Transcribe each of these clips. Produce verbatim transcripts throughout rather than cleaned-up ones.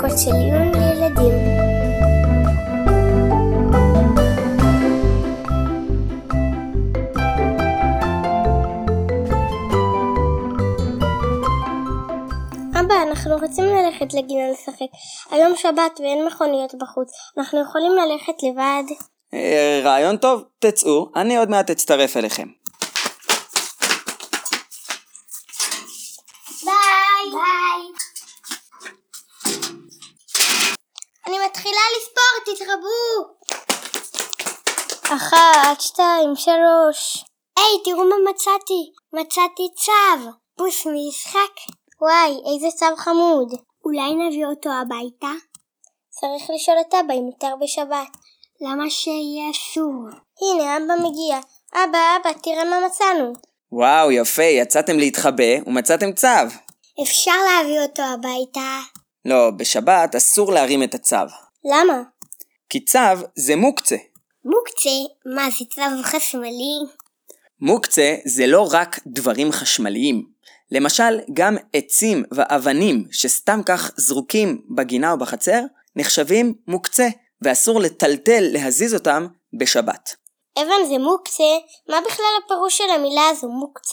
פודקאסט של עיון לילדים. אבא, אנחנו רוצים ללכת לגינה לשחק. היום שבת ואין מכוניות בחוץ. אנחנו יכולים ללכת לבד? אה, רעיון טוב, תצאו, אני עוד מעט אצטרף אליכם. ביי! ביי! אני מתחילה לספור, תתרבו! אחת, שתיים, שלוש. היי, תראו מה מצאתי. מצאתי צו. פוס משחק. וואי, איזה צו חמוד. אולי נביא אותו הביתה? צריך לשאול את אבא אם מותר בשבת. למה שיהיה אסור? הנה, אבא מגיע. אבא, אבא, תראה מה מצאנו. וואו, יפה, יצאתם להתחבא ומצאתם צו. אפשר להביא אותו הביתה? לא, בשבת אסור להרים את הצו. למה? כי צו זה מוקצה. מוקצה? מה, זה צו חשמלי? מוקצה זה לא רק דברים חשמליים. למשל, גם עצים ואבנים שסתם כך זרוקים בגינה או בחצר, נחשבים מוקצה, ואסור לטלטל להזיז אותם בשבת. אבן זה מוקצה? מה בכלל הפירוש של המילה הזו מוקצה?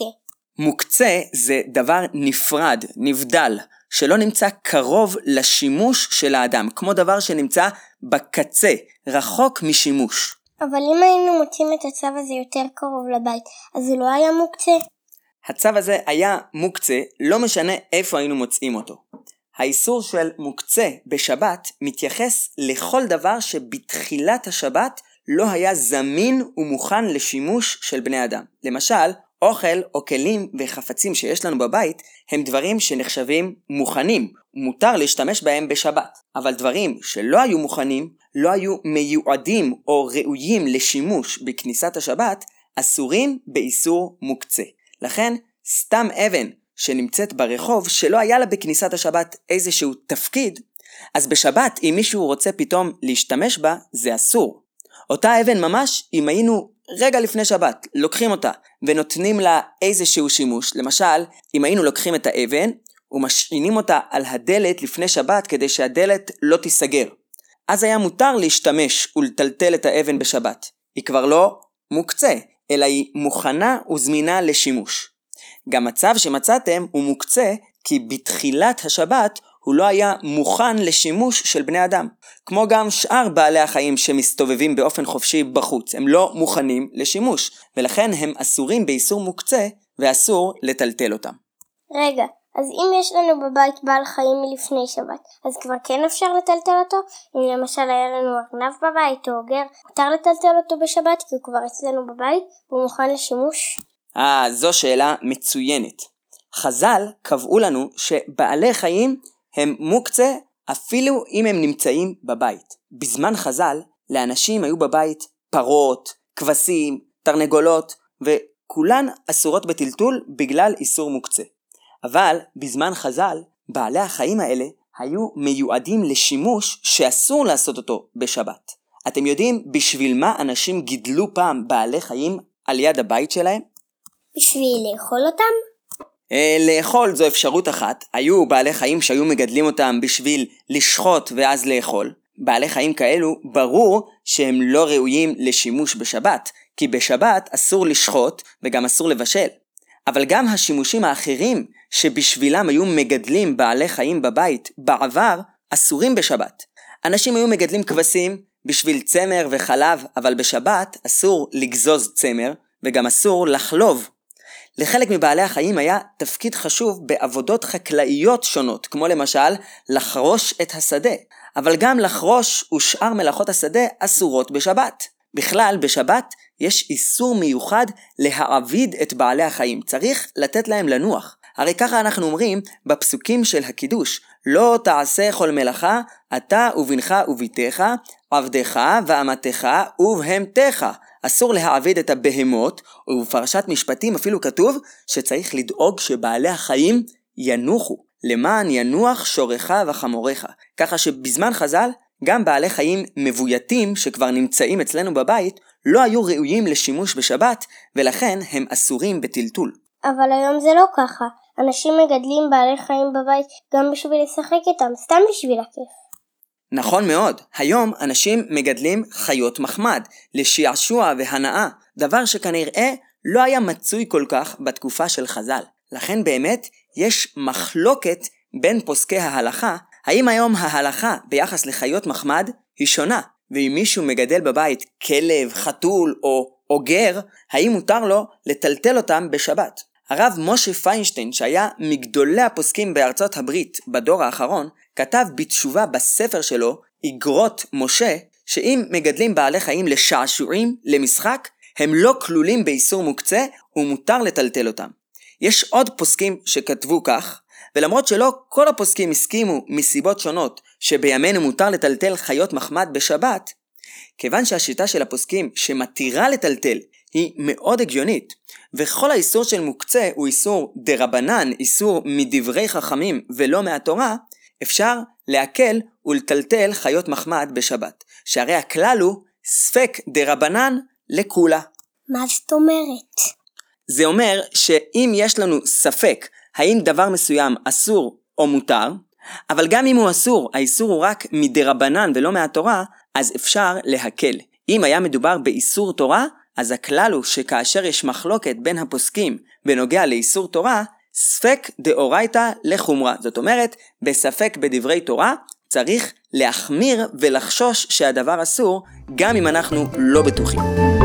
מוקצה זה דבר נפרד, נבדל, שלא נמצא קרוב לשימוש של האדם, כמו דבר שנמצא בקצה, רחוק משימוש. אבל אם היינו מוצאים את הצו הזה יותר קרוב לבית, אז זה לא היה מוקצה? הצו הזה היה מוקצה, לא משנה איפה היינו מוצאים אותו. האיסור של מוקצה בשבת מתייחס לכל דבר שבתחילת השבת לא היה זמין ומוכן לשימוש של בני אדם. למשל, אוכל או כלים וחפצים שיש לנו בבית הם דברים שנחשבים מוכנים, מותר להשתמש בהם בשבת. אבל דברים שלא היו מוכנים, לא היו מיועדים או ראויים לשימוש בכניסת השבת, אסורים באיסור מוקצה. לכן, סתם אבן שנמצאת ברחוב שלא היה לה בכניסת השבת איזשהו תפקיד, אז בשבת אם מישהו רוצה פתאום להשתמש בה, זה אסור. אותה אבן ממש, אם היינו רגע לפני שבת, לוקחים אותה ונותנים לה איזשהו שימוש, למשל, אם היינו לוקחים את האבן ומשעינים אותה על הדלת לפני שבת כדי שהדלת לא תיסגר, אז היה מותר להשתמש ולטלטל את האבן בשבת. היא כבר לא מוקצה, אלא היא מוכנה וזמינה לשימוש. גם הצו שמצאתם הוא מוקצה, כי בתחילת השבת הוא לא היה מוכן לשימוש של בני אדם. כמו גם שאר בעלי החיים שמסתובבים באופן חופשי בחוץ, הם לא מוכנים לשימוש, ולכן הם אסורים באיסור מוקצה, ואסור לטלטל אותם. רגע, אז אם יש לנו בבית בעל חיים מלפני שבת, אז כבר כן אפשר לטלטל אותו? אם למשל היה לנו ארנב בבית או אוגר, מותר לטלטל אותו בשבת כי הוא כבר אצלנו בבית והוא מוכן לשימוש? אה, זו שאלה מצוינת. חז"ל קבעו לנו שבעלי חיים הם מוקצה אפילו אם הם נמצאים בבית. בזמן חז"ל, לאנשים היו בבית פרות, כבשים, תרנגולות, וכולן אסורות בטלטול בגלל איסור מוקצה. אבל בזמן חז"ל, בעלי החיים האלה היו מיועדים לשימוש שאסור לעשות אותו בשבת. אתם יודעים בשביל מה אנשים גידלו פעם בעלי חיים על יד הבית שלהם? בשביל לאכול אותם? אה, לאכול זו אפשרות אחת. היו בעלי חיים שהיו מגדלים אותם בשביל לשחוט ואז לאכול. בעלי חיים כאלו ברור שהם לא ראויים לשימוש בשבת, כי בשבת אסור לשחוט וגם אסור לבשל. אבל גם השימושים האחרים שבשבילם היו מגדלים בעלי חיים בבית בעבר אסורים בשבת. אנשים היו מגדלים כבשים בשביל צמר וחלב, אבל בשבת אסור לגזוז צמר וגם אסור לחלוב. לחלק מבעלי החיים היה תפקיד חשוב בעבודות חקלאיות שונות, כמו למשל לחרוש את השדה. אבל גם לחרוש ושאר מלאכות השדה אסורות בשבת. בכלל, בשבת יש איסור מיוחד להעביד את בעלי החיים. צריך לתת להם לנוח. הרי ככה אנחנו אומרים בפסוקים של הקידוש, לא תעשה כל מלאכה, אתה ובנך וביתך, עבדך ואמתך ובהמתך. אסור להעביד את הבהמות, ובפרשת משפטים אפילו כתוב שצריך לדאוג שבעלי החיים ינוחו. למען ינוח שורך וחמורך. ככה שבזמן חז"ל, גם בעלי חיים מבויתים שכבר נמצאים אצלנו בבית, לא היו ראויים לשימוש בשבת, ולכן הם אסורים בטלטול. אבל היום זה לא ככה. אנשים מגדלים בעלי חיים בבית גם בשביל לשחק איתם, סתם בשביל הכיף. נכון מאוד, היום אנשים מגדלים חיות מחמד, לשעשוע והנאה, דבר שכנראה לא היה מצוי כל כך בתקופה של חז"ל. לכן באמת יש מחלוקת בין פוסקי ההלכה, האם היום ההלכה ביחס לחיות מחמד היא שונה, ואם מישהו מגדל בבית כלב, חתול או אוגר, האם מותר לו לטלטל אותם בשבת. הרב משה פיינשטיין, שהיה מגדולי הפוסקים בארצות הברית בדור האחרון, כתב בתשובה בספר שלו, איגרות משה, שאם מגדלים בעלי חיים לשעשועים, למשחק, הם לא כלולים באיסור מוקצה ומותר לטלטל אותם. יש עוד פוסקים שכתבו כך, ולמרות שלא כל הפוסקים הסכימו מסיבות שונות שבימינו מותר לטלטל חיות מחמד בשבת, כיוון שהשיטה של הפוסקים שמתירה לטלטל היא מאוד הגיונית, וכל האיסור של מוקצה הוא איסור דרבנן, איסור מדברי חכמים ולא מהתורה, אפשר להקל ולטלטל חיות מחמד בשבת, שהרי הכלל הוא ספק דרבנן לכולה. מה זאת אומרת? זה אומר שאם יש לנו ספק האם דבר מסוים אסור או מותר, אבל גם אם הוא אסור, האיסור הוא רק מדרבנן ולא מהתורה, אז אפשר להקל. אם היה מדובר באיסור תורה, אז הכלל הוא שכאשר יש מחלוקת בין הפוסקים בנוגע לאיסור תורה, ספק דאורייתא לחומרה. זאת אומרת, בספק בדברי תורה, צריך להחמיר ולחשוש שהדבר אסור, גם אם אנחנו לא בטוחים.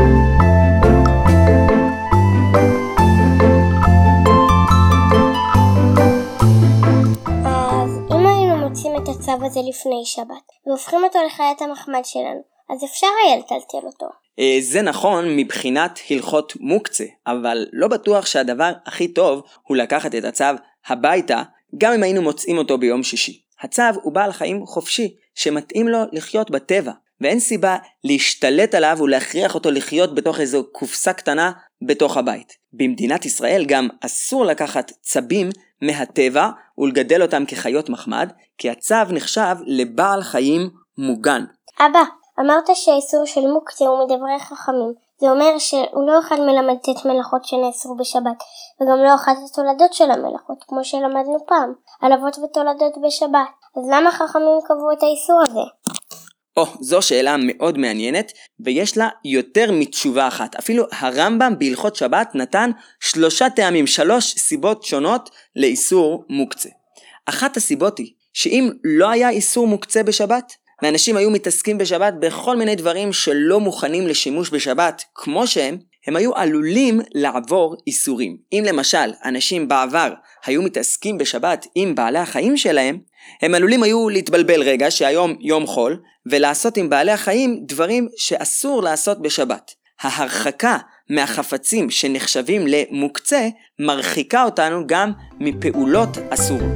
את הצו הזה לפני שבת והופכים אותו לחיית המחמד שלנו, אז אפשר היה לטלטל אותו. זה נכון מבחינת הלכות מוקצה, אבל לא בטוח שהדבר הכי טוב הוא לקחת את הצו הביתה, גם אם היינו מוצאים אותו ביום שישי. הצו הוא בעל חיים חופשי שמתאים לו לחיות בטבע, ואין סיבה להשתלט עליו ולהכריח אותו לחיות בתוך איזו קופסה קטנה בתוך הבית. במדינת ישראל גם אסור לקחת צבים מהטבע ולגדל אותם כחיות מחמד, כי הצו נחשב לבעל חיים מוגן. אבא, אמרת שהאיסור של מוקצה הוא מדברי חכמים. זה אומר שהוא לא אחד מלמד את מלאכות שנאסרו בשבת, וגם לא אחת התולדות של המלאכות, כמו שלמדנו פעם, על אבות ותולדות בשבת. אז למה חכמים קבעו את האיסור הזה? או, oh, זו שאלה מאוד מעניינת, ויש לה יותר מתשובה אחת. אפילו הרמב"ם בהלכות שבת נתן שלושה טעמים, שלוש סיבות שונות לאיסור מוקצה. אחת הסיבות היא, שאם לא היה איסור מוקצה בשבת, ואנשים היו מתעסקים בשבת בכל מיני דברים שלא מוכנים לשימוש בשבת כמו שהם, הם היו עלולים לעבור איסורים. אם למשל אנשים בעבר היו מתעסקים בשבת עם בעלי החיים שלהם, הם עלולים היו להתבלבל רגע שהיום יום חול, ולעשות עם בעלי החיים דברים שאסור לעשות בשבת. ההרחקה מהחפצים שנחשבים למוקצה מרחיקה אותנו גם מפעולות אסורות.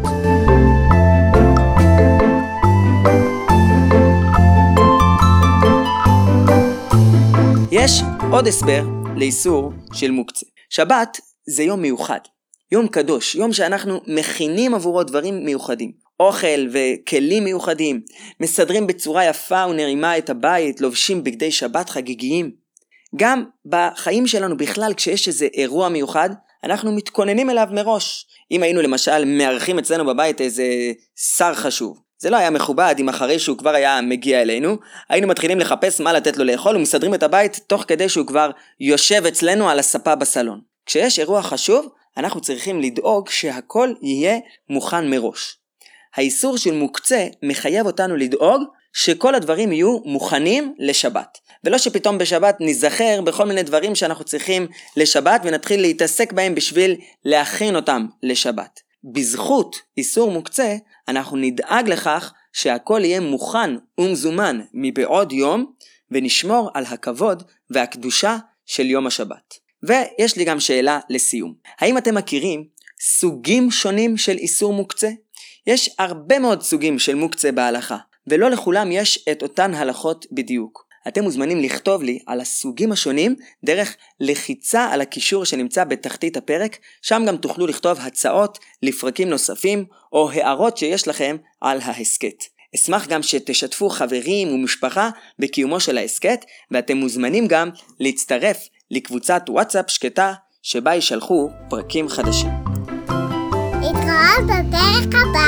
יש עוד הסבר לאיסור של מוקצה. שבת זה יום מיוחד, יום קדוש, יום שאנחנו מכינים עבורו דברים מיוחדים. אוכל וכלים מיוחדים, מסדרים בצורה יפה ונרימה את הבית, לובשים בגדי שבת חגיגיים. גם בחיים שלנו בכלל, כשיש איזה אירוע מיוחד, אנחנו מתכוננים אליו מראש. אם היינו למשל מארחים אצלנו בבית איזה שר חשוב, זה לא היה מכובד אם אחרי שהוא כבר היה מגיע אלינו, היינו מתחילים לחפש מה לתת לו לאכול ומסדרים את הבית תוך כדי שהוא כבר יושב אצלנו על הספה בסלון. כשיש אירוע חשוב, אנחנו צריכים לדאוג שהכל יהיה מוכן מראש. האיסור של מוקצה מחייב אותנו לדאוג שכל הדברים יהיו מוכנים לשבת. ולא שפתאום בשבת נזכר בכל מיני דברים שאנחנו צריכים לשבת ונתחיל להתעסק בהם בשביל להכין אותם לשבת. בזכות איסור מוקצה אנחנו נדאג לכך שהכל יהיה מוכן ומזומן מבעוד יום, ונשמור על הכבוד והקדושה של יום השבת. ויש לי גם שאלה לסיום. האם אתם מכירים סוגים שונים של איסור מוקצה? יש הרבה מאוד סוגים של מוקצה בהלכה, ולא לכולם יש את אותן הלכות בדיוק. אתם מוזמנים לכתוב לי על הסוגים השונים דרך לחיצה על הקישור שנמצא בתחתית הפרק, שם גם תוכלו לכתוב הצעות לפרקים נוספים או הערות שיש לכם על ההסקט. אשמח גם שתשתפו חברים ומשפחה בקיומו של ההסקט, ואתם מוזמנים גם להצטרף לקבוצת וואטסאפ שקטה שבה ישלחו פרקים חדשים. להתראות בפרק הבא.